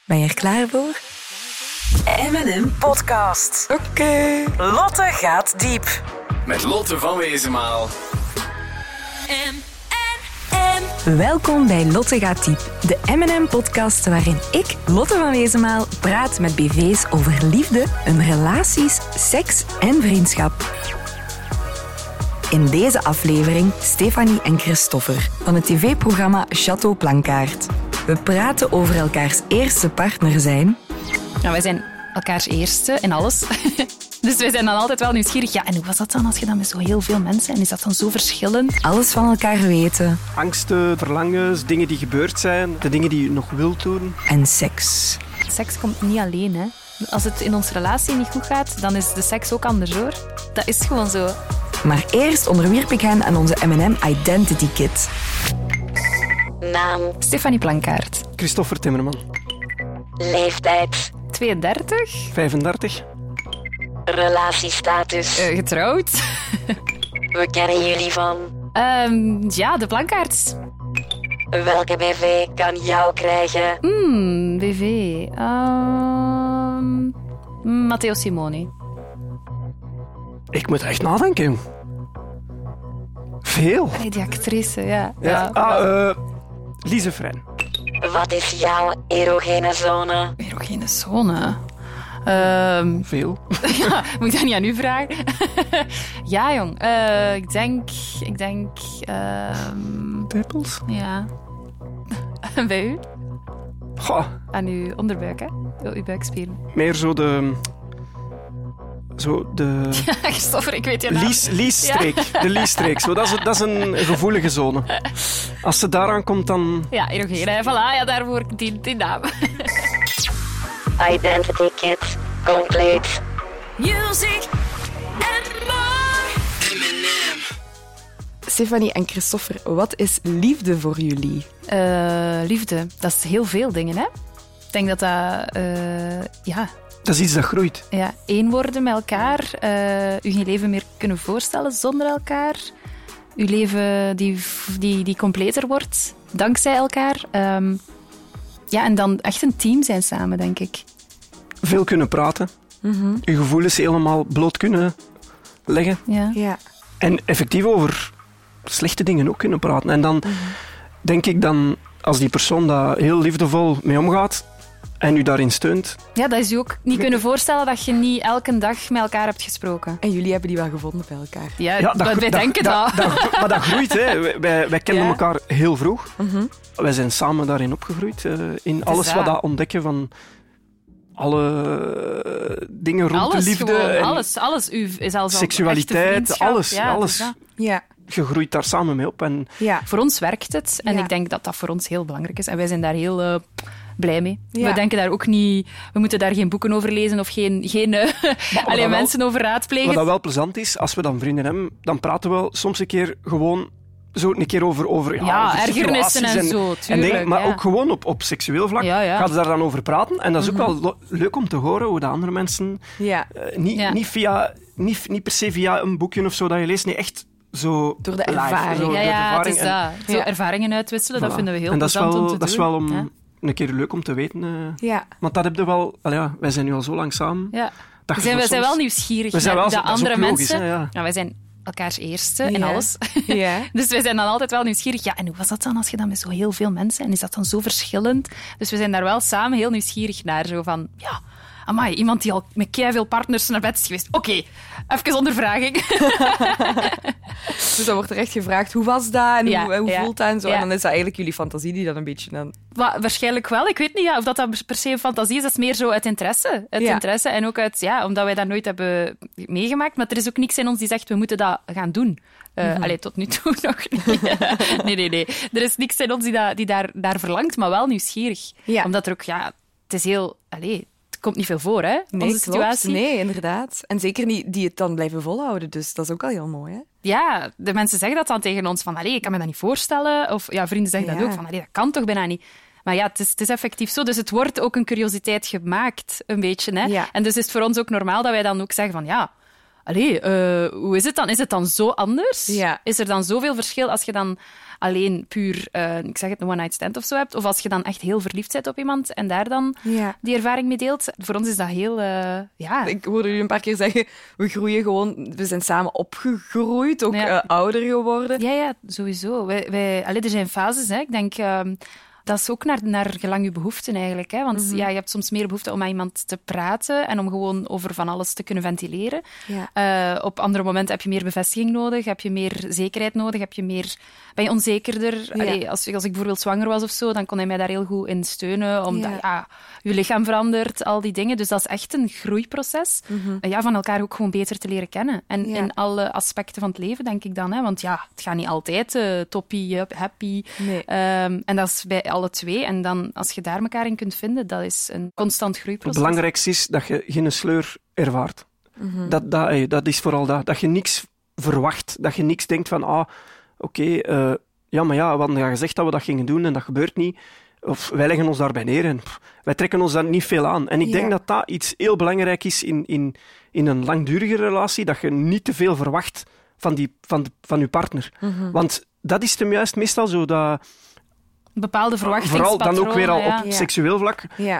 Ben je er klaar voor? M&M Podcast. Oké. Lotte gaat diep. Met Lotte van Wezenmaal. Welkom bij Lotte gaat diep, de M&M Podcast waarin ik, Lotte van Wezenmaal, praat met BV's over liefde, hun relaties, seks en vriendschap. In deze aflevering Stefanie en Christoffer van het tv-programma Château Plankaart. We praten over elkaars eerste partner zijn. Nou, wij zijn elkaars eerste in alles. Dus wij zijn dan altijd wel nieuwsgierig. Ja, en hoe was dat dan als je dan met zo heel veel mensen... En is dat dan zo verschillend? Alles van elkaar weten. Angsten, verlangens, dingen die gebeurd zijn, de dingen die je nog wilt doen. En seks. Seks komt niet alleen, hè. Als het in onze relatie niet goed gaat, dan is de seks ook anders, hoor. Dat is gewoon zo. Maar eerst onderwierp ik hen aan onze M&M Identity Kit. Naam, Stefanie Plankaart. Christoffer Timmerman, leeftijd, 32. 35. relatiestatus. Getrouwd. We kennen jullie van. Ja, de Plankaarts. Welke BV kan jou krijgen? BV. Matteo Simoni. Ik moet echt nadenken, jong. Veel. Hey, die actrice, ja. Lise Frein. Wat is jouw erogene zone? Erogene zone. Veel. Ja, moet ik dat niet aan u vragen? Ja, jong. Ik denk... Tepels? Ja. En bij u? Goh, Aan uw onderbuik, hè? Uw buikspieren. meer zo de... Christoffer, ik weet je naam. Liesstreek. Ja. De liesstreek. Zo, dat is een gevoelige zone. Als ze daaraan komt, dan... Ja, erogene. Hè. Voilà, ja, daarvoor die naam. Identity kit, compleet. Music and more. Stefanie en Christoffer, wat is liefde voor jullie? Liefde, dat is heel veel dingen, hè? Ik denk dat Dat is iets dat groeit. één worden met elkaar, u geen leven meer kunnen voorstellen zonder elkaar, uw leven die completer wordt dankzij elkaar. En dan echt een team zijn samen, denk ik. Veel kunnen praten. Je gevoelens helemaal bloot kunnen leggen. Ja. En effectief over slechte dingen ook kunnen praten. En dan denk ik dan, als die persoon daar heel liefdevol mee omgaat en u daarin steunt... Ja, dat is u ook niet kunnen voorstellen dat je niet elke dag met elkaar hebt gesproken. En jullie hebben die wel gevonden bij elkaar. Ja, wij denken dat. Maar dat groeit, hè. Wij kennen elkaar heel vroeg. Wij zijn samen daarin opgegroeid. In alles wat dat ontdekken van alle dingen rond de liefde. Gewoon, en alles. U is al seksualiteit, alles. Ja. Je groeit daar samen mee op. En Ja. Voor ons werkt het. En Ja. ik denk dat dat voor ons heel belangrijk is. En wij zijn daar heel blij mee. Ja. We denken daar ook niet... We moeten daar geen boeken over lezen of geen mensen over raadplegen. wat dat wel plezant is, als we dan vrienden hebben, dan praten we wel soms een keer gewoon zo een keer over ergernissen en situaties zo, en dingen, tuurlijk, maar ja. ook gewoon op seksueel vlak gaan ze daar dan over praten. En dat is ook wel leuk om te horen hoe de andere mensen Ja. niet per se via een boekje of zo dat je leest, nee, echt zo Door de live, ervaring. zo door de Het is ervaring. dat. Zo ervaringen uitwisselen, dat Voilà. vinden we heel en dat is plezant om te doen. dat is wel om Ja. een keer leuk om te weten. Ja. Want dat heb je wel... wij zijn nu al zo lang samen. Ja. Dat We je zijn soms- wel nieuwsgierig We zijn naar wel de zo- dat is ook andere logisch, mensen. hè, ja. Nou, wij zijn elkaars eerste in Ja. alles. Ja. Dus wij zijn dan altijd wel nieuwsgierig. Ja, en hoe was dat dan als je dan met zo heel veel mensen... En is dat dan zo verschillend? Dus we zijn daar wel samen heel nieuwsgierig naar. Zo van, ja... Amai, iemand die al met keiveel partners naar bed is geweest. Oké, even ondervraging. Dus dan wordt er echt gevraagd, hoe was dat en Ja, hoe ja, voelt dat en zo. ja. En dan is dat eigenlijk jullie fantasie die dan een beetje... Dan... Waarschijnlijk wel. Ik weet niet of dat per se een fantasie is. Dat is meer zo uit interesse. Interesse en ook uit... Ja, omdat wij dat nooit hebben meegemaakt. Maar er is ook niks in ons die zegt, we moeten dat gaan doen. Allee, tot nu toe nog niet. Nee. Er is niks in ons die daar verlangt, maar wel nieuwsgierig. Ja. Omdat er ook... Ja, het is heel... Allee, het komt niet veel voor, hè? Nee, onze situatie. Klopt. Nee, inderdaad. En zeker niet die het dan blijven volhouden. Dus dat is ook al heel mooi, hè? Ja, de mensen zeggen dat dan tegen ons, van allee, ik kan me dat niet voorstellen. Of ja, vrienden zeggen dat ook, van allee, dat kan toch bijna niet. Maar ja, het is effectief zo. Dus het wordt ook een curiositeit gemaakt, een beetje. Hè? Ja. En dus is het voor ons ook normaal dat wij dan ook zeggen van ja, hoe is het dan? Is het dan zo anders? Ja. Is er dan zoveel verschil als je dan alleen puur, ik zeg het, een one-night stand of zo hebt? Of als je dan echt heel verliefd bent op iemand en daar dan die ervaring mee deelt? Voor ons is dat heel... Ik hoorde jullie een paar keer zeggen, we groeien gewoon... We zijn samen opgegroeid, ook ouder geworden. Ja, sowieso. Er zijn fases, hè. Ik denk... dat is ook naar gelang je behoeften eigenlijk. Hè? Want je hebt soms meer behoefte om met iemand te praten en om gewoon over van alles te kunnen ventileren. Ja. Op andere momenten heb je meer bevestiging nodig, heb je meer zekerheid nodig, ben je onzekerder. Ja. Allee, als ik bijvoorbeeld zwanger was of zo, dan kon hij mij daar heel goed in steunen, omdat je lichaam verandert, al die dingen. Dus dat is echt een groeiproces. Van elkaar ook gewoon beter te leren kennen. En in alle aspecten van het leven, denk ik dan. Hè? Want het gaat niet altijd toppie, happy. Nee. En dat is bij alle twee. En dan, als je daar elkaar in kunt vinden, dat is een constant groeiproces. Het belangrijkste is dat je geen sleur ervaart. Dat is vooral dat. Dat je niks verwacht. Dat je niks denkt van, we hadden gezegd dat we dat gingen doen en dat gebeurt niet. Of wij leggen ons daarbij neer en wij trekken ons daar niet veel aan. En ik denk dat dat iets heel belangrijk is in een langdurige relatie, dat je niet te veel verwacht van je partner. Want dat is juist meestal zo dat... Bepaalde verwachtingspatronen. Vooral dan ook weer al op seksueel vlak. Ja.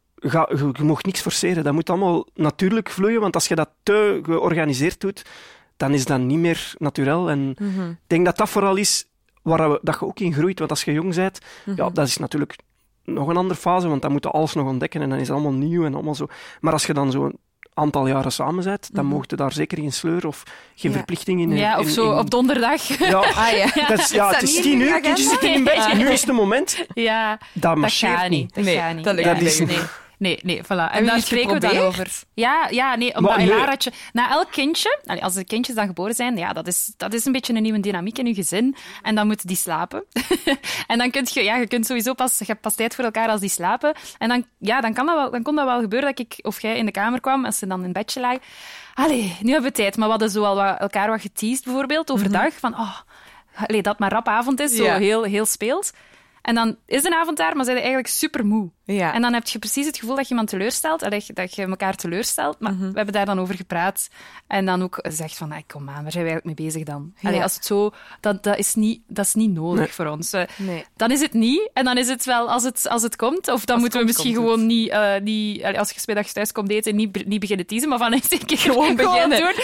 Je mag niks forceren. Dat moet allemaal natuurlijk vloeien, want als je dat te georganiseerd doet, dan is dat niet meer natuurlijk. En ik denk dat dat vooral is dat je ook in groeit. Want als je jong bent, dat is natuurlijk nog een andere fase, want dan moet je alles nog ontdekken en dan is het allemaal nieuw en allemaal zo. Maar als je dan zo'n aantal jaren samen bent, dan mocht je daar zeker geen sleur of geen verplichting in. Ja, of zo op donderdag. Ja, het is 10 uur, kindjes zitten in bed, nu is het moment. Ja, dat marcheert gaat niet. Dat gaat niet. Dat is Nee, voilà. En daar spreken we dan over. Ja, omdat Elaratje... Na elk kindje, als de kindjes dan geboren zijn, dat is een beetje een nieuwe dynamiek in je gezin. En dan moeten die slapen. En dan je kunt sowieso je hebt pas tijd voor elkaar als die slapen. En dan kon dat wel gebeuren dat ik of jij in de kamer kwam, als ze dan in bedje lagen. Allee, nu hebben we tijd. Maar we hadden zo al elkaar wat geteased, bijvoorbeeld, overdag. Van, dat maar rap avond is, zo heel, heel speels. En dan is een avond daar, maar zijn je eigenlijk super moe. Ja. En dan heb je precies het gevoel dat je iemand teleurstelt, dat je elkaar teleurstelt. Maar we hebben daar dan over gepraat. En dan ook gezegd van, kom aan, waar zijn we eigenlijk mee bezig dan? Ja. Allee, als het zo... Dat is niet nodig voor ons. Dan is het niet. En dan is het wel als het komt. Of dan moeten we misschien gewoon niet... als je 's middags thuis komt eten, niet beginnen teasen, maar van eens een keer gewoon beginnen doen.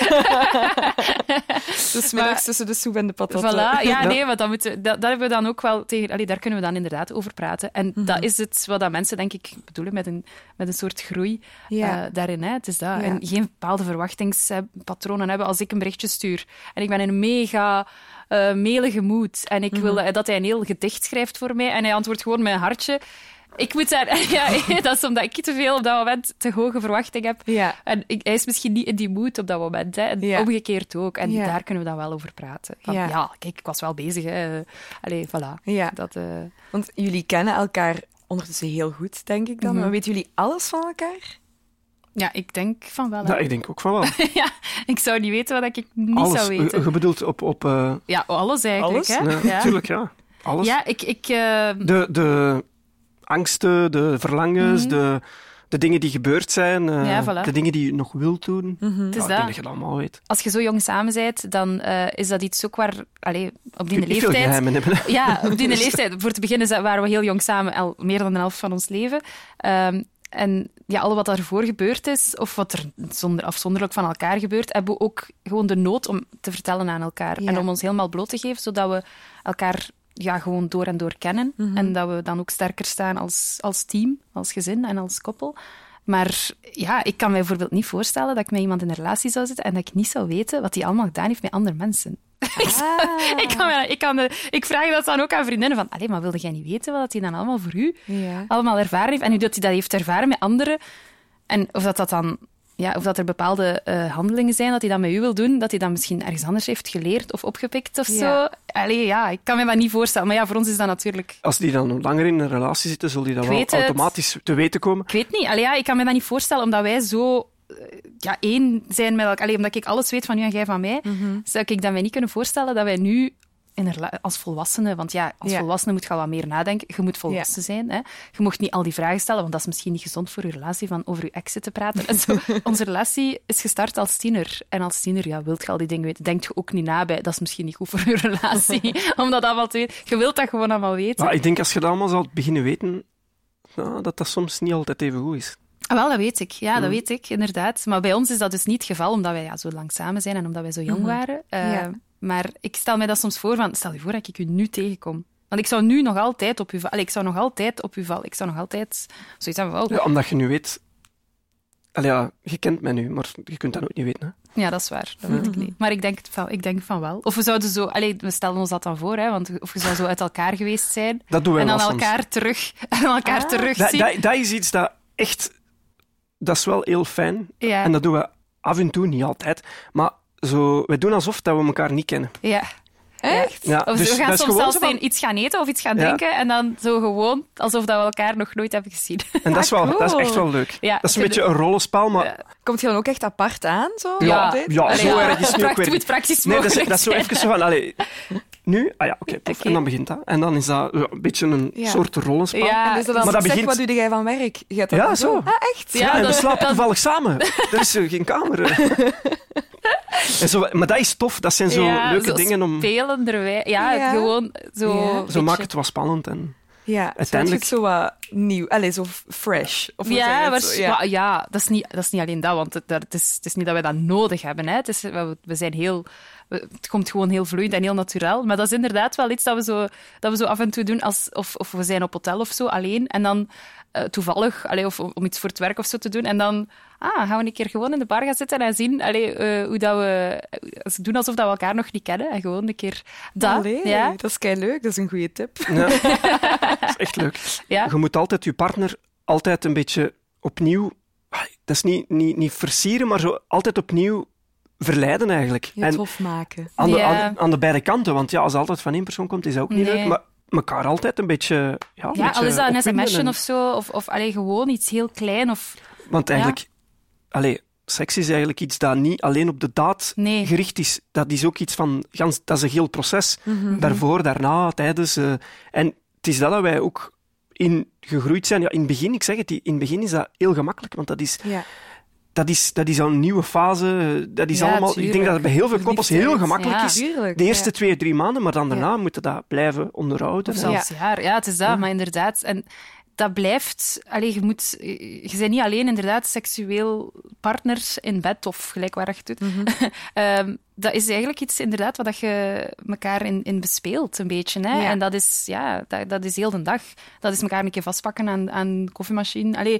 Dus middags tussen de soep en de patatten. Voilà. Ja, nee, want dat hebben we dan ook wel tegen... daar kunnen we dan inderdaad over praten. En dat is het wat mensen, denk ik, bedoelen met een soort groei daarin. Hè. Het is dat. Ja. En geen bepaalde verwachtingspatronen hebben. Als ik een berichtje stuur en ik ben in een mega melige mood en ik wil dat hij een heel gedicht schrijft voor mij en hij antwoordt gewoon met een hartje. Ik moet daar... dat is omdat ik te veel op dat moment te hoge verwachting heb. Ja. En hij is misschien niet in die mood op dat moment. Hè. En omgekeerd ook. En daar kunnen we dan wel over praten. Van, kijk, ik was wel bezig. Hè. Allee, voilà. Ja. Want jullie kennen elkaar ondertussen heel goed, denk ik dan. Maar weten jullie alles van elkaar? Ja, ik denk van wel. Ja, ik denk ook van wel. Ja, ik zou niet weten wat ik niet zou weten. Je bedoelt op... Ja, alles eigenlijk. Alles? Hè? Ja, natuurlijk, ja. Alles. Ja, De angsten, de verlangens, de dingen die gebeurd zijn, de dingen die je nog wilt doen. Ik denk dat je dat allemaal weet. Als je zo jong samen bent, dan is dat iets ook waar... op die leeftijd... Veel geheimen hebben. Ja, op die leeftijd. Voor te beginnen waren we heel jong samen, al meer dan de helft van ons leven. En al wat daarvoor gebeurd is, of wat er afzonderlijk van elkaar gebeurt, hebben we ook gewoon de nood om te vertellen aan elkaar. Ja. En om ons helemaal bloot te geven, zodat we elkaar... gewoon door en door kennen. En dat we dan ook sterker staan als team, als gezin en als koppel. Maar ik kan mij bijvoorbeeld niet voorstellen dat ik met iemand in een relatie zou zitten en dat ik niet zou weten wat hij allemaal gedaan heeft met andere mensen. Ik vraag dat dan ook aan vriendinnen van, maar wilde jij niet weten wat hij dan allemaal voor u allemaal ervaren heeft? En nu dat hij dat heeft ervaren met anderen. En of dat dan... Ja, of dat er bepaalde handelingen zijn dat hij dat met u wil doen, dat hij dat misschien ergens anders heeft geleerd of opgepikt of zo. Ik kan me dat niet voorstellen. Maar voor ons is dat natuurlijk... Als die dan langer in een relatie zitten, zal die dat wel automatisch te weten komen? Ik weet niet. Ik kan me dat niet voorstellen, omdat wij zo één zijn met elkaar. Omdat ik alles weet van u en jij van mij, zou ik dat mij niet kunnen voorstellen dat wij nu als volwassene, want als volwassene moet je al wat meer nadenken. Je moet volwassen zijn. Hè. Je mocht niet al die vragen stellen, want dat is misschien niet gezond voor je relatie, van over je exen te praten. En zo. Onze relatie is gestart als tiener. En als tiener, wilt je al die dingen weten. Denk je ook niet na bij, dat is misschien niet goed voor je relatie, om dat allemaal te weten. Je wilt dat gewoon allemaal weten. Maar ik denk, als je dat allemaal zou beginnen weten, dat soms niet altijd even goed is. Wel, dat weet ik. Ja, dat weet ik, inderdaad. Maar bij ons is dat dus niet het geval, omdat wij zo lang samen zijn en omdat wij zo jong waren. Maar ik stel mij dat soms voor, stel je voor dat ik u nu tegenkom. Want ik zou nu nog altijd op u vallen. Ik zou nog altijd zoiets hebben van... Ja, omdat je nu weet... je kent mij nu, maar je kunt dat nooit niet weten. Hè? Ja, dat is waar. Dat weet ik niet. Maar ik denk van wel. Of we zouden zo... we stellen ons dat dan voor, hè, want of je zou zo uit elkaar geweest zijn. Dat doen wij en dan wel elkaar terugzien. Dat is iets dat echt... Dat is wel heel fijn. Ja. En dat doen we af en toe, niet altijd. Maar wij doen alsof dat we elkaar niet kennen. Ja. Echt? Ja, Of dus we gaan dat is soms gewoon zelfs zo van... iets gaan eten of iets gaan drinken en dan zo gewoon alsof dat we elkaar nog nooit hebben gezien. En dat is, cool. dat is echt wel leuk. Ja, dat is een beetje een rollenspel, maar... Komt je dan ook echt apart aan? Zo? Ja, zo erg is het nu ook weer. Moet praktisch nee, mogelijk dat is zo even zo van... Nu? Oké. En dan begint dat. En dan is dat een beetje een soort rollenspel. Ja, en is dat dan maar dat begint... wat doe jij van werk? Je gaat dat ja, zo. Ah, echt? Ja, en we slapen toevallig samen. Er is geen kamer. En zo, maar dat is tof. Dat zijn zo leuke dingen om... Spelenderwijs. Ja, gewoon zo... Zo maakt het wat spannend. En uiteindelijk... zo wat nieuw. Zo fresh. Of dat is niet alleen dat, want het is niet dat wij dat nodig hebben. Hè. We zijn heel... Het komt gewoon heel vloeiend en heel natuurlijk. Maar dat is inderdaad wel iets dat we zo af en toe doen. Of we zijn op hotel of zo, alleen. En dan toevallig, of om iets voor het werk of zo te doen. En dan gaan we een keer gewoon in de bar gaan zitten en zien hoe dat we doen alsof dat we elkaar nog niet kennen. En gewoon een keer dat. Dat is keileuk. Dat is een goede tip. Ja. Dat is echt leuk. Ja. Je moet altijd je partner een beetje opnieuw... Dat is niet versieren, maar zo altijd opnieuw verleiden eigenlijk. Ja, tof maken. Aan de beide kanten, want als het altijd van één persoon komt, is dat ook niet leuk. Maar elkaar altijd een beetje... al is dat een sms'je of zo, of gewoon iets heel klein. Want eigenlijk... Seks is eigenlijk iets dat niet alleen op de daad gericht is. Dat is ook iets van... Dat is een heel proces. Mm-hmm. Daarvoor, daarna, tijdens... en het is dat wij ook in gegroeid zijn. Ja, in het begin, ik zeg het, in het begin is dat heel gemakkelijk, want dat is... Ja. Dat is al een nieuwe fase. Dat is allemaal... Tuurlijk. Ik denk dat het bij heel veel koppels heel gemakkelijk is. Tuurlijk, de eerste 2-3 maanden, maar dan daarna moeten dat blijven onderhouden. Of zelfs jaar. Ja, het is dat, maar inderdaad. En dat blijft... Je bent niet alleen inderdaad seksueel partners in bed of gelijk waar je het doet. Mm-hmm. Dat is eigenlijk iets inderdaad wat je elkaar in bespeelt, een beetje. Hè? Ja. En dat is heel de dag. Dat is elkaar een keer vastpakken aan de koffiemachine.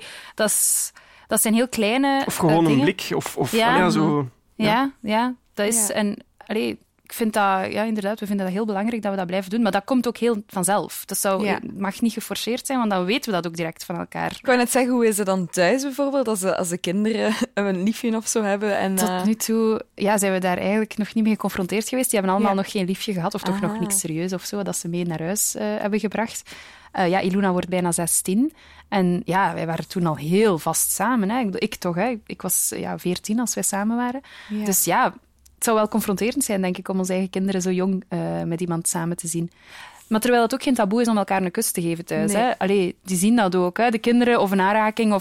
Dat zijn heel kleine of gewoon dingen. Een blik. Of zo. Ja, dat is... Ja. En ik vind dat... Ja, inderdaad, we vinden dat heel belangrijk dat we dat blijven doen. Maar dat komt ook heel vanzelf. Mag niet geforceerd zijn, want dan weten we dat ook direct van elkaar. Ik wou net zeggen, hoe is het dan thuis bijvoorbeeld, als de kinderen een liefje of zo hebben? En, Tot nu toe zijn we daar eigenlijk nog niet mee geconfronteerd geweest. Die hebben allemaal nog geen liefje gehad, of toch nog niks serieus of zo, dat ze mee naar huis hebben gebracht. Iluna wordt bijna 16. En wij waren toen al heel vast samen. Hè. Ik toch, hè. Ik was 14 als wij samen waren. Ja. Dus het zou wel confronterend zijn, denk ik, om onze eigen kinderen zo jong met iemand samen te zien. Maar terwijl het ook geen taboe is om elkaar een kus te geven thuis. Nee. Hè. Die zien dat ook. Hè. De kinderen, of een aanraking.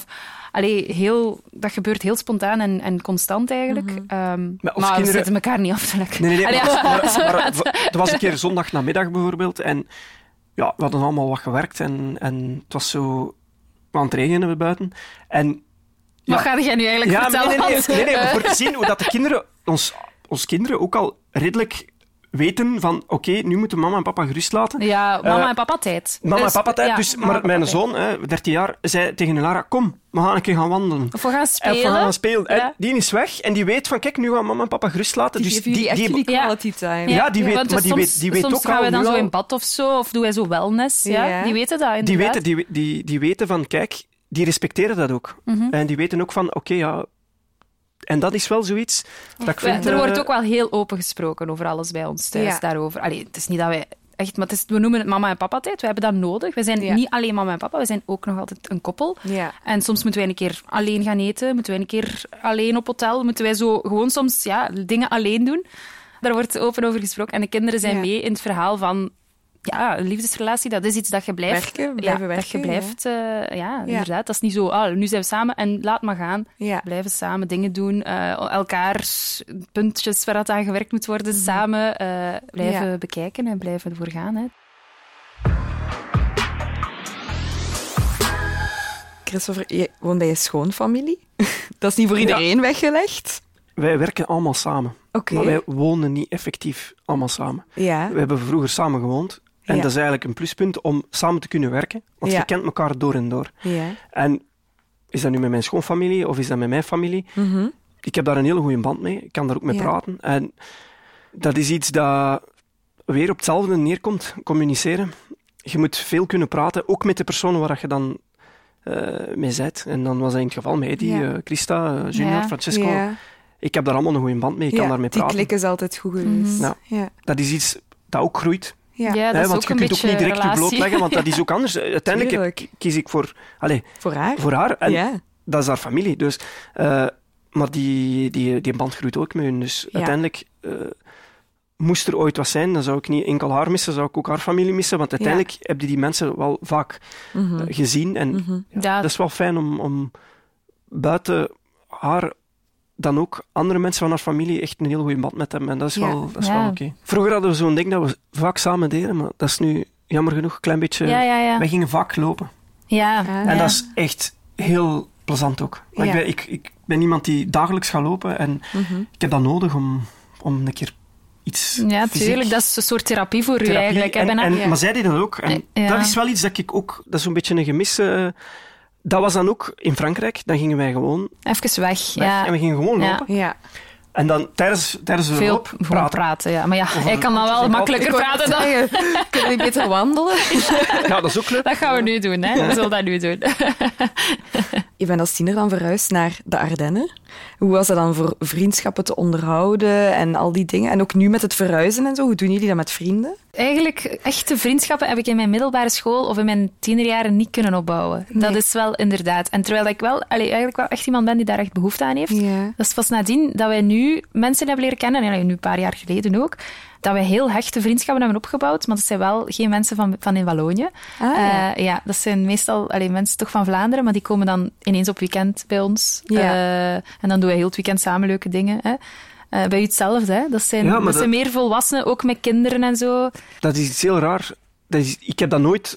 Dat gebeurt heel spontaan en constant eigenlijk. Mm-hmm. Maar kinderen... we zetten elkaar niet af te lekken. Nee. Maar er was een keer zondagnamiddag bijvoorbeeld. En we hadden allemaal wat gewerkt. En het was zo aan het regenen buiten. En... Wat ga jij nu eigenlijk vertellen? Nee, voor te zien hoe dat de kinderen... Ons kinderen ook al redelijk weten van oké, nu moeten mama en papa gerust laten. Ja, mama en papa tijd. Mama en papa tijd. Maar mijn zoon, 13 jaar, zei tegen Lara, kom, we gaan een keer gaan wandelen. Of we gaan spelen. Ja. Die is weg en die weet van, kijk, nu gaan mama en papa gerust laten. Die die quality time. Ja, die weet, maar die weet ook al... Soms gaan we dan zo in bad of zo, of doen wij zo wellness. Ja. Die weten dat inderdaad. Die weten van, kijk, die respecteren dat ook. Mm-hmm. En die weten ook van, oké, en dat is wel zoiets dat ik vind... Er wordt ook wel heel open gesproken over alles bij ons thuis daarover. Het is niet dat wij echt... Maar we noemen het mama en papa tijd. We hebben dat nodig. We zijn niet alleen mama en papa, we zijn ook nog altijd een koppel. Ja. En soms moeten wij een keer alleen gaan eten, moeten wij een keer alleen op hotel, moeten wij zo gewoon soms dingen alleen doen. daar wordt open over gesproken. En de kinderen zijn mee in het verhaal van... Ja, een liefdesrelatie, dat is iets dat je blijft... Blijven werken. Dat je blijft... Inderdaad. Dat is niet zo, nu zijn we samen en laat maar gaan. Ja. Blijven samen dingen doen. Elkaars puntjes waar dat aan gewerkt moet worden, samen blijven bekijken en blijven ervoor gaan. Hè. Christopher, je woont bij je schoonfamilie. Dat is niet voor iedereen weggelegd. Wij werken allemaal samen. Oké. Maar wij wonen niet effectief allemaal samen. Ja. We hebben vroeger samen gewoond. En dat is eigenlijk een pluspunt om samen te kunnen werken. Want je kent elkaar door en door. Ja. En is dat nu met mijn schoonfamilie of is dat met mijn familie? Mm-hmm. Ik heb daar een hele goede band mee. Ik kan daar ook mee praten. En dat is iets dat weer op hetzelfde neerkomt. Communiceren. Je moet veel kunnen praten. Ook met de personen waar je dan mee bent. En dan was dat in het geval met Eddie, Christa, Junior, Francesco. Ja. Ik heb daar allemaal een goede band mee. Ik kan daarmee praten. Die klik is altijd goed geweest. Mm-hmm. Ja. Dat is iets dat ook groeit. Ja, dat is want ook je kunt ook niet direct je blootleggen, want dat is ook anders. Uiteindelijk kies ik voor haar. Voor haar. En dat is haar familie. Dus, maar die band groeit ook met hun. Dus uiteindelijk moest er ooit wat zijn, dan zou ik niet enkel haar missen, zou ik ook haar familie missen. Want uiteindelijk heb je die mensen wel vaak gezien. En dat is wel fijn om buiten haar dan ook andere mensen van haar familie echt een heel goede band met hem. En dat is wel oké. Vroeger hadden we zo'n ding dat we vaak samen deden, maar dat is nu jammer genoeg een klein beetje... Wij gingen vaak lopen. Ja. En dat is echt heel plezant ook. Maar ik ben iemand die dagelijks gaat lopen en ik heb dat nodig om een keer iets tuurlijk. Dat is een soort therapie voor u eigenlijk. Maar zij deed dat ook. En dat is wel iets dat ik ook... Dat is een beetje een gemis... Dat was dan ook in Frankrijk. Dan gingen wij gewoon... Even weg. Ja. En we gingen gewoon lopen. Ja. En dan tijdens de loop praten. Ja. Maar hij kan dan wel makkelijker praten dan... Kunnen we beter wandelen? Ja, dat is ook leuk. Dat gaan we nu doen. Hè. We zullen dat nu doen. Je bent als tiener dan verhuisd naar de Ardennen. Hoe was dat dan voor vriendschappen te onderhouden en al die dingen? En ook nu met het verhuizen en zo, hoe doen jullie dat met vrienden? Eigenlijk, echte vriendschappen heb ik in mijn middelbare school of in mijn tienerjaren niet kunnen opbouwen. Nee. Dat is wel inderdaad. En terwijl ik eigenlijk wel echt iemand ben die daar echt behoefte aan heeft. Ja. Dat is pas nadien dat wij nu mensen hebben leren kennen, en nu een paar jaar geleden ook, dat wij heel hechte vriendschappen hebben opgebouwd, maar dat zijn wel geen mensen van in Wallonië. Dat zijn meestal mensen toch van Vlaanderen, maar die komen dan ineens op weekend bij ons. Ja. En dan doen wij heel het weekend samen leuke dingen. Hè. Bij u hetzelfde, hè? Dat zijn meer volwassenen, ook met kinderen en zo. Dat is iets heel raar. Ik heb dat nooit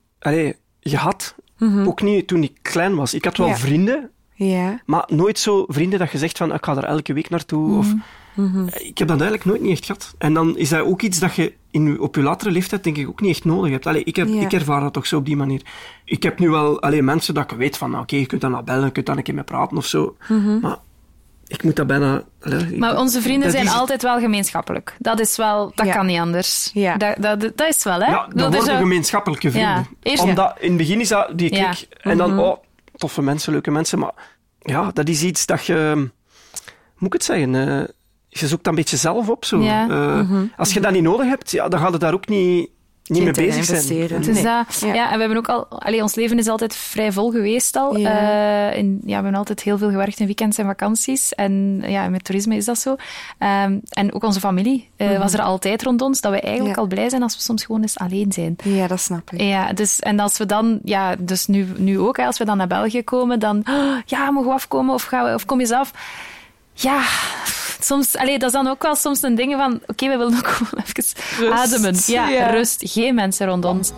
gehad. Mm-hmm. Ook niet toen ik klein was. Ik had wel vrienden, maar nooit zo vrienden dat je zegt van ik ga er elke week naartoe. Mm-hmm. Of, ik heb dat eigenlijk nooit niet echt gehad. En dan is dat ook iets dat je op je latere leeftijd denk ik ook niet echt nodig hebt. Ik ervaar dat toch zo op die manier. Ik heb nu wel mensen dat ik weet van oké, je kunt dan bellen, je kunt dan een keer mee praten of zo. Mm-hmm. Maar ik moet dat bijna... Maar onze vrienden zijn altijd wel gemeenschappelijk. Dat is wel... Dat kan niet anders. Ja. Dat is wel, hè? Ja, dat worden gemeenschappelijke vrienden. Ja. Omdat in het begin is dat die klik. Ja. En dan, toffe mensen, leuke mensen. Maar ja, dat is iets dat je... Moet ik het zeggen? Je zoekt dat een beetje zelf op. Zo. Ja. Als je dat niet nodig hebt, dan gaat het daar ook niet mee bezig zijn. Dus en we hebben ook al... ons leven is altijd vrij vol geweest al. Ja. We hebben altijd heel veel gewerkt in weekends en vakanties. En met toerisme is dat zo. En ook onze familie was er altijd rond ons, dat we eigenlijk al blij zijn als we soms gewoon eens alleen zijn. Ja, dat snap ik. Ja, dus, en als we dan... Ja, dus nu ook, als we dan naar België komen, dan... mogen we afkomen of kom je eens af? Ja... Soms, dat is dan ook wel soms een ding van... Oké, we willen ook gewoon even ademen. Ja, rust. Geen mensen rond ons.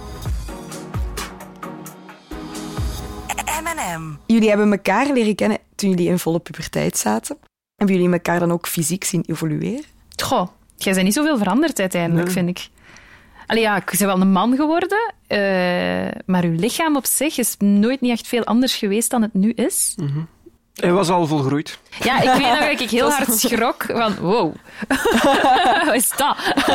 M&M. Jullie hebben elkaar leren kennen toen jullie in volle puberteit zaten. Hebben jullie elkaar dan ook fysiek zien evolueren? Goh, jij bent niet zoveel veranderd uiteindelijk, vind ik. Ik ben wel een man geworden, maar uw lichaam op zich is nooit niet echt veel anders geweest dan het nu is. Mm-hmm. Hij was al volgroeid. Ja, ik weet nog dat ik heel hard schrok van wow, wat is dat?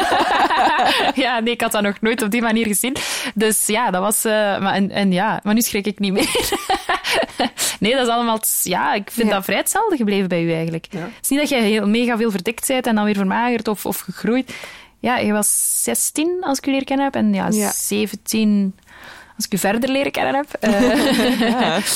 Ik had dat nog nooit op die manier gezien. Dus ja, dat was... maar nu schrik ik niet meer. Nee, dat is allemaal... Ja, ik vind dat vrij hetzelfde gebleven bij u eigenlijk. Ja. Het is niet dat je mega veel verdikt bent en dan weer vermagerd of gegroeid. Ja, je was 16 als ik u leren kennen heb en 17... Als ik u verder leren kennen heb.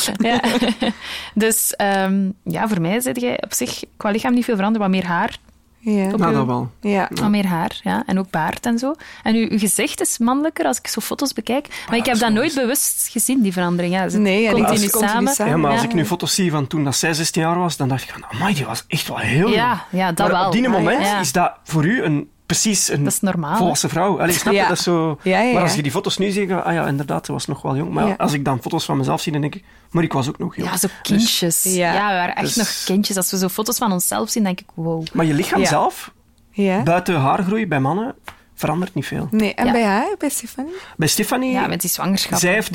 Dus voor mij zit jij op zich qua lichaam niet veel veranderd, wat meer haar. Ja. Nou, dat wel. Ja. Wat meer haar, ja. En ook baard en zo. En uw gezicht is mannelijker als ik zo foto's bekijk. Maar ik heb dat nooit bewust gezien, die verandering. Ja, Nee, en continu die continu samen. samen. Ja, maar als Ja. ik nu foto's zie van toen dat zij 16 jaar was, dan dacht ik van, amai, die was echt wel heel jong. Ja, dat maar wel. op die moment Ja. is dat voor u precies een Dat is normaal, volwassen vrouw. Allee, snap je? Ja. Dat is zo... Ja. Maar als je die foto's nu ziet, ah ja, inderdaad, ze was nog wel jong. Maar Ja. als ik dan foto's van mezelf zie, dan denk ik, maar ik was ook nog jong. Ja, zo kindjes. Dus- ja. ja. We waren echt Dus- nog kindjes. Als we zo foto's van onszelf zien, denk ik, wow. Maar je lichaam Ja. zelf, Ja. buiten haargroei bij mannen, verandert niet veel. Nee, en Ja. bij haar, bij Stefanie? Bij Stefanie, Ja, met die zwangerschap. zij heeft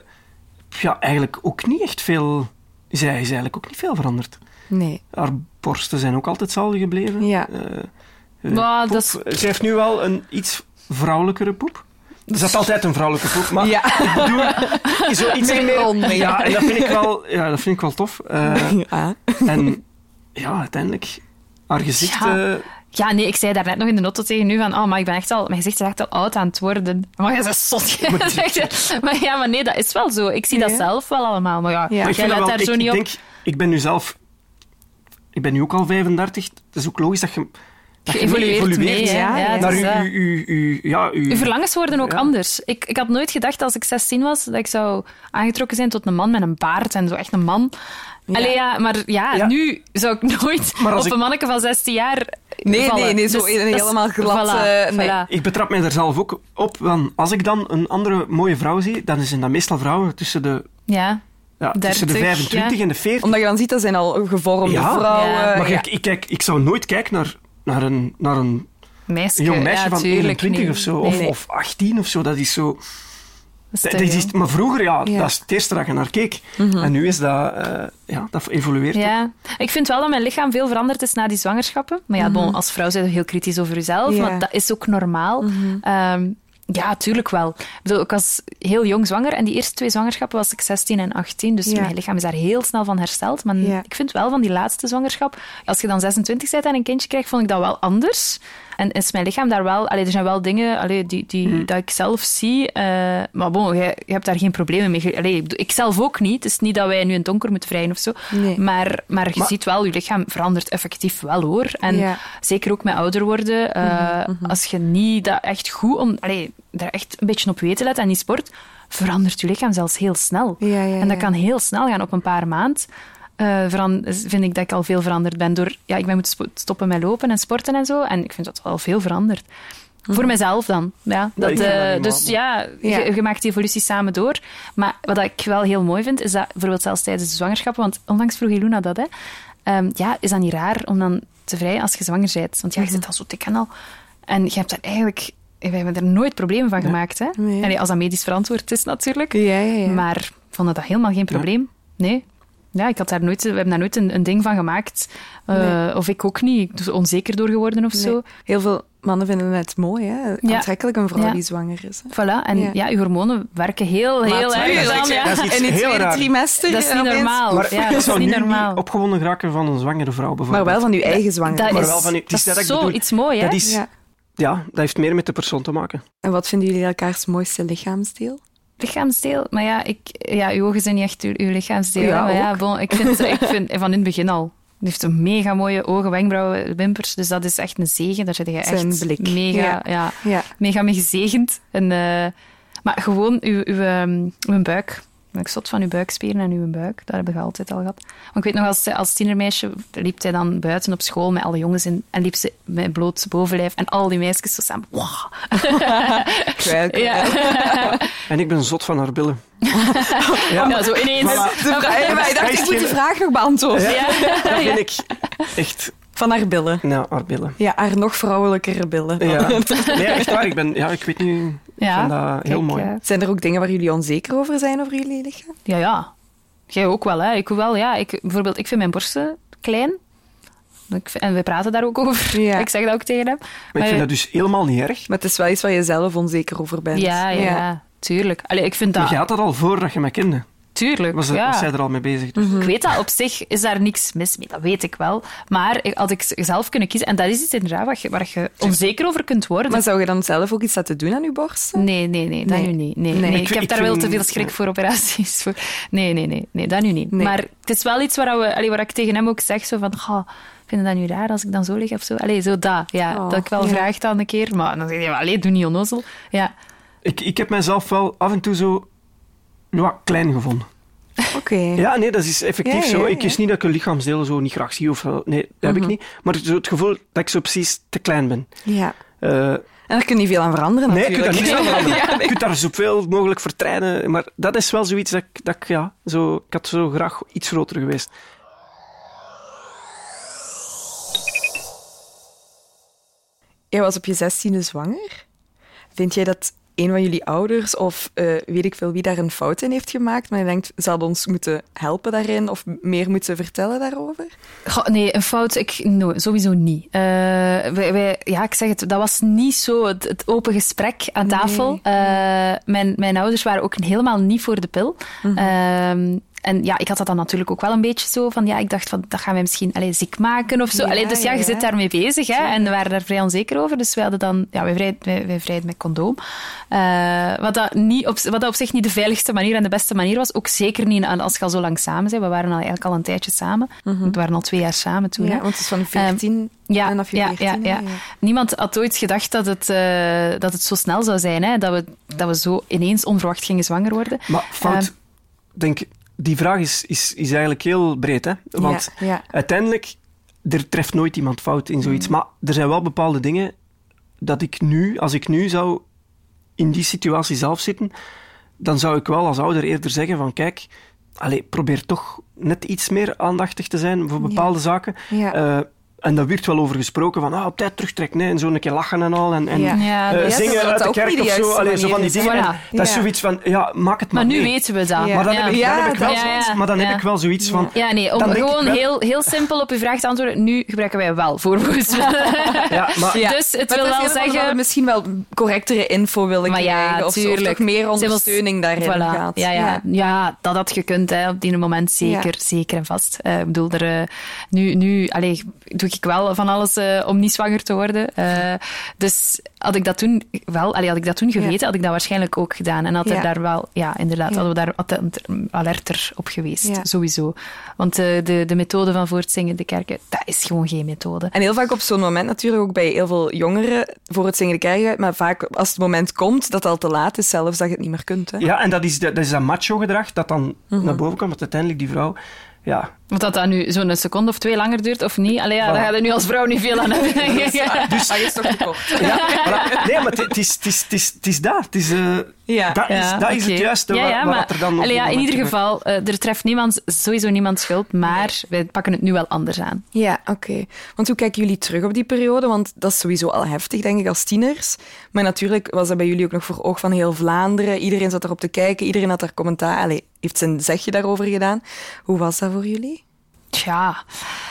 eigenlijk ook niet echt veel... Zij is eigenlijk ook niet veel veranderd. Nee. Haar borsten zijn ook altijd hetzelfde gebleven. Ja. Maar Poep. dat Zij heeft nu wel een iets vrouwelijkere poep. Er zat altijd een vrouwelijke poep, maar Ja. ik bedoel, zoiets Meer meer... rond. Ja, en dat vind ik wel tof. Ja. En ja, uiteindelijk, haar gezicht... Ja. Ja, nee, ik zei daarnet nog in de auto tegen u van, oh, maar ik ben echt al, mijn gezicht is echt al oud aan het worden. Maar je is zot. Maar nee, dat is wel zo. Ik zie dat Ja. zelf wel allemaal. Maar ja, Ja. Maar ik jij vind let dat wel- daar zo niet op. Ik ben nu zelf... Ik ben nu ook al 35. Het is ook logisch dat je Geëvolueerd mee, hè. ja, Ja, ja. dat is naar dat. uw Uw verlangens worden ook Ja. anders. Ik had nooit gedacht als ik 16 was dat ik zou aangetrokken zijn tot een man met een baard en zo echt een man. Ja. Allee, ja, maar Ja. nu zou ik nooit Maar als op ik- een manneke van 16 jaar Nee, vallen. nee, zo Dus een dat is- helemaal glad, Voilà, nee. voilà. Ik betrap mij daar zelf ook op. Want als ik dan een andere mooie vrouw zie, dan zijn dat meestal vrouwen tussen de, Ja, tussen de 30, 25 en de 40. Omdat je dan ziet, dat zijn al gevormde Ja. vrouwen. Ja. Maar Ja. ik zou nooit kijken naar een meisje. jong meisje ja, van tuurlijk 21 niet. of zo. Nee, Of 18 of zo. Dat is zo... dat is te Dat is, jong. maar vroeger, Ja. dat is het eerste dat je naar keek. En nu is dat... dat evolueert ook. Ja, ik vind wel dat mijn lichaam veel veranderd is na die zwangerschappen. Maar ja, bon, als vrouw zijn we heel kritisch over jezelf, Ja. maar dat is ook normaal. Ja, tuurlijk wel. Ik bedoel, ik was heel jong zwanger en die eerste 2 zwangerschappen was ik 16 en 18, dus Ja. mijn lichaam is daar heel snel van hersteld. Maar Ja. ik vind wel van die laatste zwangerschap, als je dan 26 bent en een kindje krijgt, vond ik dat wel anders. En is mijn lichaam daar wel... er zijn wel dingen dat ik zelf zie, maar bon, je hebt daar geen problemen mee. Ik zelf ook niet. Het is niet dat wij nu in het donker moeten vrijen of zo. Nee. Maar je ziet wel, je lichaam verandert effectief wel, hoor. En Ja. zeker ook met ouder worden, als je niet dat echt goed... daar echt een beetje op weet te letten en niet sport, verandert je lichaam zelfs heel snel. Ja, ja, en dat ja. kan heel snel gaan. Op een paar maanden vind ik dat ik al veel veranderd ben. Ik ben moeten stoppen met lopen en sporten en zo. En ik vind dat wel veel veranderd. Voor mezelf dan. Ja, ik vind dat helemaal. dus ja, Ja. Je maakt die evolutie samen door. Maar wat ik wel heel mooi vind, is dat bijvoorbeeld zelfs tijdens de zwangerschappen, want onlangs vroeg Iluna dat, hè, is dat niet raar om dan te vrijen als je zwanger bent? Want ja, je zit al zo dik en al. En je hebt daar eigenlijk... We hebben er nooit problemen van gemaakt. Hè? Nee. Allee, als dat medisch verantwoord is, natuurlijk. Ja. Maar vonden dat helemaal geen probleem. Nee. Ja, we hebben daar nooit een ding van gemaakt. Nee. Of ik ook niet. Ik ben onzeker door geworden of zo. Nee. Heel veel mannen vinden het mooi, hè? Ja. Aantrekkelijk een vrouw Ja. die zwanger is. Hè? Voilà. En Ja. ja, je hormonen werken heel erg dat is aan. iets- Ja. dat is iets En in het heel tweede raar. trimester. Dat is niet opeens. normaal. Maar Ja, ik dat is zou niet nu normaal. niet opgewonden geraken van een zwangere vrouw, Maar bijvoorbeeld. wel van uw eigen zwanger. Dat Maar is, wel van het is dat dat is ik bedoel. zoiets mooi, hè? Dat is... Ja. Ja, dat heeft meer met de persoon te maken. En wat vinden jullie elkaars mooiste lichaamsdeel? Lichaamsdeel? Maar ja, uw ogen zijn niet echt uw lichaamsdeel. Ja, hè. Maar ook. bon, ik vind van in het begin al. Die heeft een mega mooie ogen, wenkbrauwen, wimpers. Dus dat is echt een zegen. Daar zit je Zijn echt blik. mega, Ja. mega mee gezegend. En, maar gewoon uw buik. Ik zot van uw buikspieren en uw buik. Dat heb ik altijd al gehad. Want ik weet nog, als tienermeisje liep hij dan buiten op school met alle jongens in, en liep ze met bloot bovenlijf en al die meisjes zo samen. Wow. Kwijt. Ja. En ik ben zot van haar billen. Ja, zo ineens. Voilà. Maar ik dacht, ik moet die vraag nog beantwoorden. Ja. Dat vind ik echt... Van haar billen. Nou, haar billen. Ja, haar nog vrouwelijkere billen. Ja. Nee, echt waar. Ik weet niet... Ik Ja, vind dat heel kijk, mooi. Zijn er ook dingen waar jullie onzeker over zijn, over jullie lichaam? Ja. Jij ook wel, hè? Ik wel, ja. Bijvoorbeeld, ik vind mijn borsten klein. En we praten daar ook over. Ja. Ik zeg dat ook tegen hem. Maar ik vind dat dus helemaal niet erg. Maar het is wel iets waar je zelf onzeker over bent. Ja, tuurlijk. Allee, ik vind Maar dat... je had dat al voordat je mij kende. tuurlijk. Was zij er al mee bezig? Dus. Ik weet dat, op zich is daar niks mis mee, dat weet ik wel. Maar had ik zelf kunnen kiezen, en dat is iets inderdaad waar je onzeker over kunt worden. Maar zou je dan zelf ook iets laten doen aan je borsten? Nee, dat nu niet. Nee. Ik heb daar wel te veel schrik voor operaties. Nee, dat nu niet. Nee. Maar het is wel iets waar ik tegen hem ook zeg, zo van... Vind je dat nu raar als ik dan zo lig of zo? Allee, zo dat. Ja, dat ik wel vraag dan een keer. Maar dan zeg je, doe niet onnozel. Ja. Ik heb mijzelf wel af en toe zo klein gevonden. Oké. Ja, nee, dat is effectief zo. Ik is niet dat ik een lichaamsdelen zo niet graag zie. Of, nee, dat heb ik niet. Maar zo het gevoel dat ik zo precies te klein ben. Ja. En daar kun je niet veel aan veranderen, natuurlijk. Nee, je kunt daar niks aan veranderen. Je kunt daar zoveel mogelijk vertrainen. Maar dat is wel zoiets dat ik had zo graag iets groter geweest. Je was op je 16e zwanger. Vind jij dat een van jullie ouders of weet ik veel wie daar een fout in heeft gemaakt, maar je denkt, ze hadden ons moeten helpen daarin of meer moeten vertellen daarover? Nee, een fout, sowieso niet. Ik zeg het, dat was niet zo het open gesprek aan tafel. Nee. Mijn ouders waren ook helemaal niet voor de pil. Mm-hmm. En ja, ik had dat dan natuurlijk ook wel een beetje zo van, ik dacht van, dat gaan wij misschien ziek maken of zo. Dus je zit daarmee bezig, hè. En we waren daar vrij onzeker over. Dus wij hadden dan, wij vrijden met condoom. Wat dat op zich niet de veiligste manier en de beste manier was. Ook zeker niet als je al zo lang samen bent. We waren eigenlijk al een tijdje samen. Mm-hmm. We waren al 2 jaar samen toen. Ja, want het is van 14 vanaf je 14. Ja. Niemand had ooit gedacht dat het zo snel zou zijn, hè. Dat we zo ineens onverwacht gingen zwanger worden. Maar fout, denk ik... Die vraag is eigenlijk heel breed, hè? Want uiteindelijk, er treft nooit iemand fout in zoiets. Maar er zijn wel bepaalde dingen dat als ik nu zou in die situatie zelf zitten, dan zou ik wel als ouder eerder zeggen van, kijk, probeer toch net iets meer aandachtig te zijn voor bepaalde zaken. Ja. En daar werd wel over gesproken van op tijd terugtrekken en zo een keer lachen en al. En zingen uit de kerk of zo. Zo van die dingen. Voilà. Dat is zoiets van, maak het maar. Maar nu weten we dat. Ja. Maar dan heb ik wel zoiets van... Ja, nee, om gewoon heel simpel op uw vraag te antwoorden. Nu gebruiken wij wel voorvoedsel. Dus het wil wel zeggen... Dat we misschien wel correctere info willen krijgen. Of toch meer ondersteuning daarin gaat. Ja, dat had gekund op die moment. Zeker en vast. Ik bedoel, nu doe ik wel van alles om niet zwanger te worden. Dus had ik dat toen geweten, had ik dat waarschijnlijk ook gedaan. En had er daar wel, hadden we daar alerter op geweest. Sowieso. Want de methode van voor het zingen de kerken, dat is gewoon geen methode. En heel vaak op zo'n moment natuurlijk ook bij heel veel jongeren voor het zingen de kerken, maar vaak als het moment komt dat het al te laat is zelfs, dat je het niet meer kunt. Hè? Ja, en dat is dat macho-gedrag dat dan naar boven komt, want uiteindelijk die vrouw... Ja. Want dat nu zo'n seconde of 2 langer duurt of niet, daar ga je nu als vrouw niet veel aan hebben. Dus dat is toch te kort. Nee, maar het is dat. Dat is het juiste wat er dan... in ieder geval, er treft sowieso niemand schuld, maar wij pakken het nu wel anders aan. Ja, oké. Want hoe kijken jullie terug op die periode? Want dat is sowieso al heftig, denk ik, als tieners. Maar natuurlijk was dat bij jullie ook nog voor oog van heel Vlaanderen. Iedereen zat erop te kijken, iedereen had daar commentaar. Heeft zijn zegje daarover gedaan. Hoe was dat voor jullie? Tja...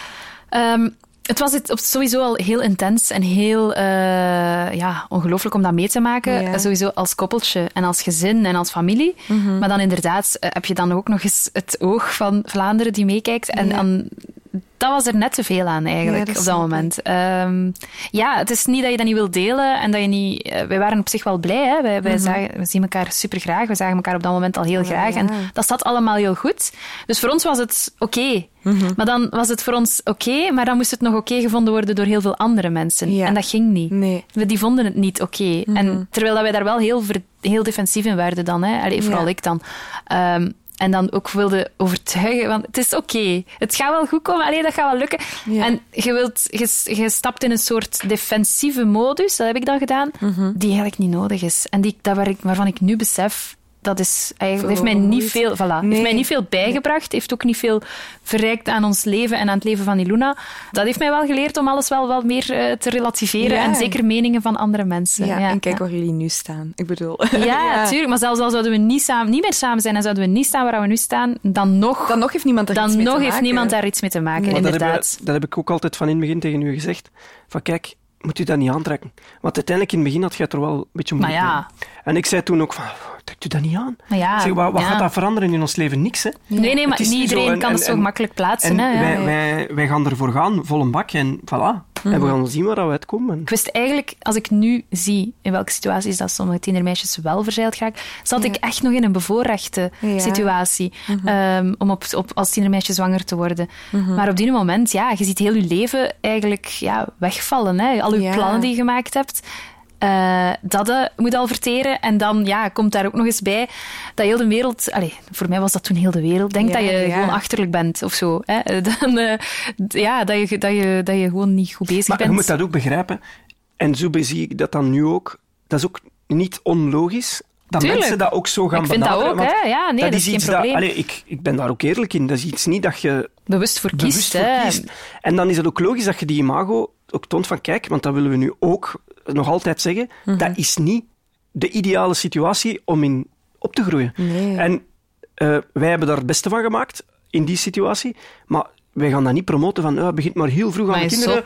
Het was sowieso al heel intens en heel ongelooflijk om dat mee te maken. Ja. Sowieso als koppeltje en als gezin en als familie. Mm-hmm. Maar dan inderdaad heb je dan ook nog eens het oog van Vlaanderen die meekijkt. En dat was er net te veel aan eigenlijk op dat moment. Het is niet dat je dat niet wilt delen en dat je niet... wij waren op zich wel blij. Hè? We zien elkaar super graag. We zagen elkaar op dat moment al heel graag. En dat zat allemaal heel goed. Dus voor ons was het oké. Mm-hmm. Maar dan was het voor ons oké, maar dan moest het nog oké gevonden worden door heel veel andere mensen. Ja. En dat ging niet. Nee. Die vonden het niet oké. Mm-hmm. En terwijl dat wij daar wel heel defensief in werden dan. Hè? Vooral ik dan. En dan ook wilde overtuigen, want het is oké. Het gaat wel goed komen, dat gaat wel lukken. Ja. En je stapt in een soort defensieve modus, dat heb ik dan gedaan, die eigenlijk niet nodig is. En waarvan ik nu besef, dat heeft mij niet veel, heeft mij niet veel bijgebracht, heeft ook niet veel verrijkt aan ons leven en aan het leven van Iluna. Dat heeft mij wel geleerd om alles wel meer te relativeren en zeker meningen van andere mensen. Ja, en kijk waar jullie nu staan. Ik bedoel... Ja, tuurlijk. Maar zelfs al zouden we niet meer samen zijn en zouden we niet staan waar we nu staan, dan nog heeft niemand niemand daar iets mee te maken, inderdaad. Dat heb ik ook altijd van in het begin tegen u gezegd. Van kijk, moet u dat niet aantrekken. Want uiteindelijk in het begin had je het er wel een beetje moeilijk mee. En ik zei toen ook van, trek u dat niet aan. Maar ja, zeg, wat gaat dat veranderen in ons leven? Niks, hè? Nee, maar niet iedereen kan het zo gemakkelijk plaatsen. Wij gaan ervoor gaan, vol een bak, en voilà. En we gaan zien waar we uitkomen. Ik wist eigenlijk, als ik nu zie in welke situaties dat sommige tienermeisjes wel verzeild geraken, zat ik echt nog in een bevoorrechte situatie om als tienermeisje zwanger te worden. Maar op die moment, je ziet heel je leven eigenlijk wegvallen. Hè? Al je plannen die je gemaakt hebt. Dat moet al verteren. En dan komt daar ook nog eens bij dat heel de wereld... voor mij was dat toen heel de wereld. Denk dat je gewoon achterlijk bent of zo. Hè? Dan, dat je gewoon niet goed bezig bent. Maar je moet dat ook begrijpen. En zo zie ik dat dan nu ook. Dat is ook niet onlogisch dat mensen dat ook zo gaan benaderen. Ik vind dat ook, hè. Ja, nee, dat is geen probleem. Ik ben daar ook eerlijk in. Dat is iets niet dat je... Bewust voor kiest. En dan is het ook logisch dat je die imago ook toont van, kijk, want dat willen we nu ook nog altijd zeggen, dat is niet de ideale situatie om in op te groeien. Nee. En wij hebben daar het beste van gemaakt in die situatie, maar wij gaan dat niet promoten van, het begint maar heel vroeg aan de kinderen.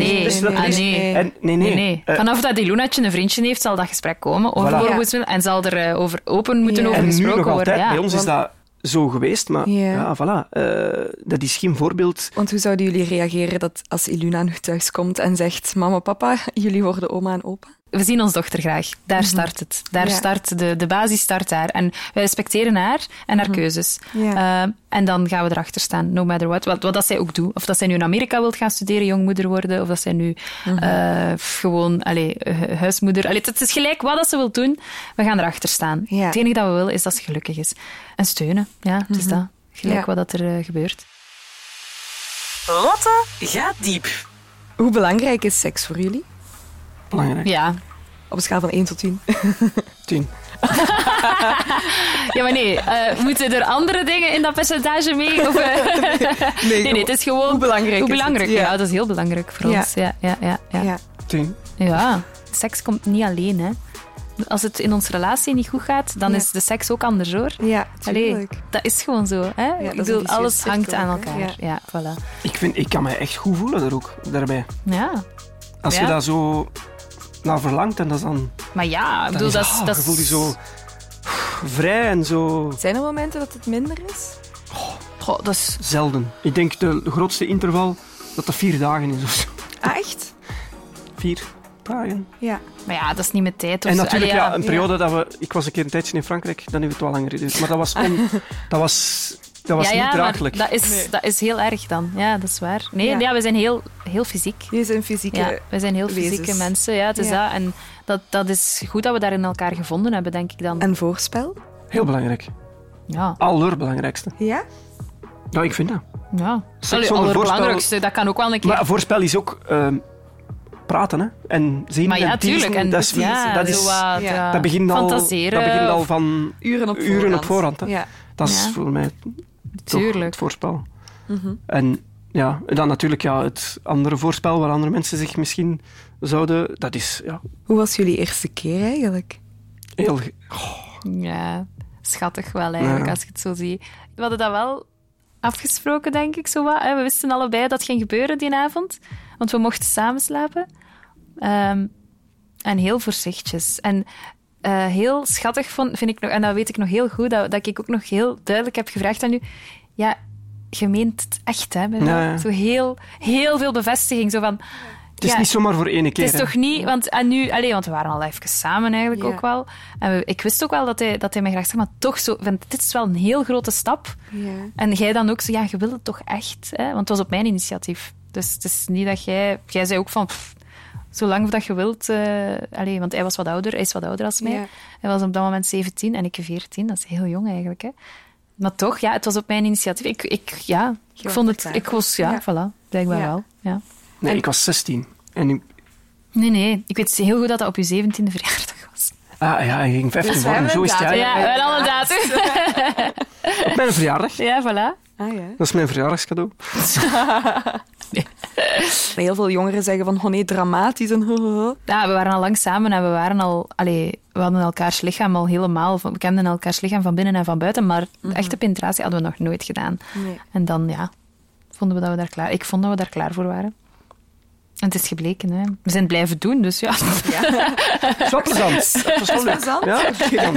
Nee. Vanaf dat die Lunatje een vriendje heeft, zal dat gesprek komen over en zal er over open moeten over gesproken worden. En nu nog worden. altijd, bij ons is dat zo geweest, maar voilà. Dat is geen voorbeeld. Want hoe zouden jullie reageren dat als Iluna nu thuis komt en zegt, mama, papa, jullie worden oma en opa? We zien ons dochter graag. Daar start het. Daar start de basis start daar. En wij respecteren haar en haar keuzes. Ja. En dan gaan we erachter staan, no matter what. Wat dat zij ook doet. Of dat zij nu in Amerika wilt gaan studeren, jongmoeder worden, of dat zij nu gewoon huismoeder... Het is gelijk wat dat ze wil doen. We gaan erachter staan. Ja. Het enige dat we willen is dat ze gelukkig is. En steunen. Ja, het is dat. Gelijk wat dat er gebeurt. Lotte gaat diep. Hoe belangrijk is seks voor jullie? Belangrijk. Ja. Op een schaal van 1 tot 10. 10. Ja, maar nee. Moeten er andere dingen in dat percentage mee? Of, nee, het is gewoon... Hoe belangrijk is het? Ja, dat is heel belangrijk voor ons. Ja. 10. Ja. Seks komt niet alleen, hè. Als het in onze relatie niet goed gaat, dan is de seks ook anders, hoor. Ja, tuurlijk. Dat is gewoon zo. Hè? Ik bedoel, alles hangt aan elkaar. Ja, voilà. Ik kan me echt goed voelen daarbij. Ja. Als je daar zo naar verlangt, en dat is dan... Maar ja, ik bedoel, dat je voelt je zo vrij en zo... Zijn er momenten dat het minder is? Goh, dat is... Zelden. Ik denk de grootste interval dat 4 dagen is of zo. Ah, echt? 4 dagen. Ja. Maar ja, dat is niet met tijd. En natuurlijk, een periode dat we... Ik was een keer een tijdje in Frankrijk, dan heeft het wel langer geduurd. Maar dat was niet draaglijk. Dat is heel erg dan. Ja, dat is waar. Nee, we zijn heel fysiek. Jullie zijn fysieke we zijn heel fysieke mensen. Ja, het is dat. En dat is goed dat we daarin elkaar gevonden hebben, denk ik dan. En voorspel? Heel belangrijk. Ja. Allerbelangrijkste. Ja? Ja, ik vind dat. Ja. Allerbelangrijkste, dat kan ook wel een keer... Maar voorspel is ook... praten, hè. En zien maar en tuurlijk. En dat begint al van uren op voorhand. Hè. Ja. Dat is voor mij toch het voorspel. En dan natuurlijk het andere voorspel waar andere mensen zich misschien zouden... Dat is... Ja. Hoe was jullie eerste keer eigenlijk? Heel... Ja, schattig wel eigenlijk, als je het zo ziet. We hadden dat wel afgesproken, denk ik, zo wat. We wisten allebei dat het ging gebeuren die avond. Want we mochten samen slapen. En heel voorzichtig. En heel schattig vind ik nog, en dat weet ik nog heel goed, dat ik ook nog heel duidelijk heb gevraagd aan u. Ja, je meent het echt, hè? Zo heel, heel veel bevestiging. Zo van, het is niet zomaar voor ene keer. Het is toch niet... Want we waren al even samen eigenlijk ook wel. En ik wist ook wel dat hij mij graag zegt, maar toch zo... Dit is wel een heel grote stap. Ja. En jij dan ook zo... Ja, je wil het toch echt, hè? Want het was op mijn initiatief. Dus het is niet dat jij... Jij zei ook van... Zolang dat je wilt... want hij was wat ouder. Hij is wat ouder als mij. Ja. Hij was op dat moment 17 en ik 14. Dat is heel jong eigenlijk, hè. Maar toch, het was op mijn initiatief. Ik vond het... Ik was... Voilà. Blijkbaar wel. Ja. Nee, ik was 16. En Nee. Ik weet heel goed dat op je 17e verjaardag was. Ah ja, hij ging 15 worden. Zo is het. Ja, een andere datum. Op mijn verjaardag. Ja, voilà. Ah, ja. Dat is mijn verjaardagscadeau. Nee. Heel veel jongeren zeggen van, oh nee, dramatisch. En Ja, we waren al lang samen en we hadden elkaars lichaam al helemaal... We kenden elkaars lichaam van binnen en van buiten, maar de echte penetratie hadden we nog nooit gedaan. Nee. En dan, vonden we dat we daar klaar... Ik vond dat we daar klaar voor waren. En het is gebleken, hè. We zijn het blijven doen, dus ja. Het is wel plezant. Dat was wel leuk. plezant. Ja, plezant.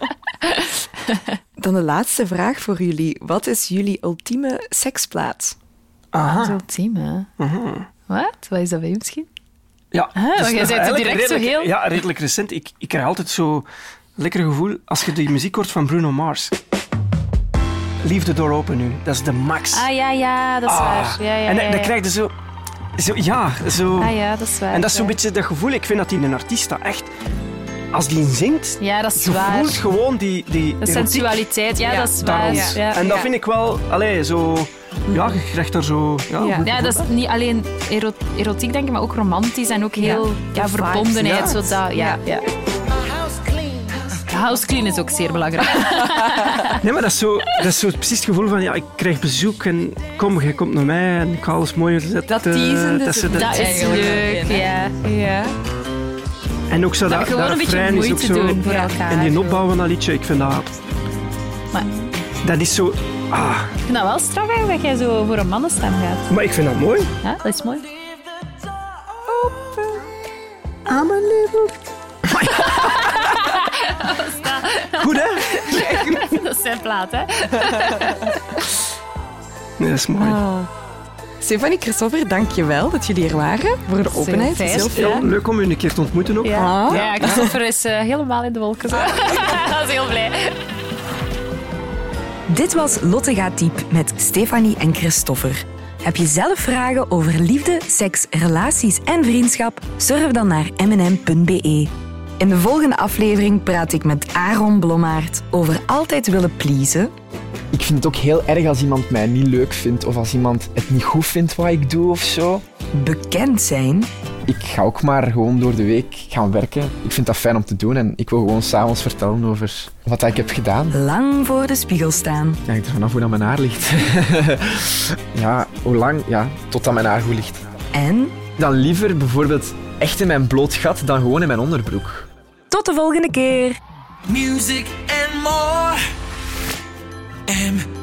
Dan de laatste vraag voor jullie. Wat is jullie ultieme seksplaats? Dat is Aha. ultiem, hè. Wat? Wat is dat bij u misschien? Ja. Ah, dus jij zei het eigenlijk direct zo heel- Ja, redelijk recent. Ik krijg altijd zo lekker gevoel als je die muziek hoort van Bruno Mars. Leave the door open nu. Dat is de max. Ah, ja, dat is waar. Ja, en dan krijg je zo... zo... Ah ja, dat is waar. En dat is zo'n ja. beetje dat gevoel. Ik vind dat die een artiest dat echt... Als die zingt, Ja, dat is je waar. voelt gewoon die De erotiek sensualiteit, ja, dat is waar. daar rond. Ja. En dat vind ik wel... Allee, zo... Ja, je krijgt daar zo... Ja, Ja. goed Ja, dat is niet alleen erotiek, denk ik, maar ook romantisch en ook heel verbondenheid. Ja. Zo dat, ja. House clean is ook zeer belangrijk. Nee, maar dat is zo precies het gevoel van, ja, ik krijg bezoek en kom, jij komt naar mij en ik ga alles mooi zetten. Dat teasende dat ze zit Dat is eigenlijk leuk, erin, ja. Ja. En ook zo dat gewoon dat een beetje refrein is ook moeite zo... doen voor elkaar. En die opbouw van dat liedje, ik vind dat... Maar Dat is zo... ik vind dat wel straf eigenlijk, dat jij zo voor een mannenstem gaat. Maar ik vind dat mooi. Ja, dat is mooi. I'm a little... Goed, hè? Dat is zijn plaat, hè. Nee, dat is mooi. Stefanie, Christopher, dank je wel dat jullie hier waren voor de openheid. fijn. Heel fijn. Ja, leuk om u een keer te ontmoeten ook. Ja, Ah. ja Christopher is helemaal in de wolken. Zo. Dat is heel blij. Dit was Lotte gaat diep met Stefanie en Christopher. Heb je zelf vragen over liefde, seks, relaties en vriendschap? Surf dan naar mnm.be. In de volgende aflevering praat ik met Aaron Blommaert over altijd willen pleasen, Ik vind het ook heel erg als iemand mij niet leuk vindt of als iemand het niet goed vindt wat ik doe of zo. bekend zijn Ik ga ook maar gewoon door de week gaan werken. Ik vind dat fijn om te doen en ik wil gewoon s'avonds vertellen over wat ik heb gedaan. lang voor de spiegel staan. Het hangt er vanaf hoe dat mijn haar ligt. Ja, hoe lang? Ja, totdat mijn haar goed ligt. En Dan liever bijvoorbeeld echt in mijn bloot gat dan gewoon in mijn onderbroek. tot de volgende keer! Music and more. M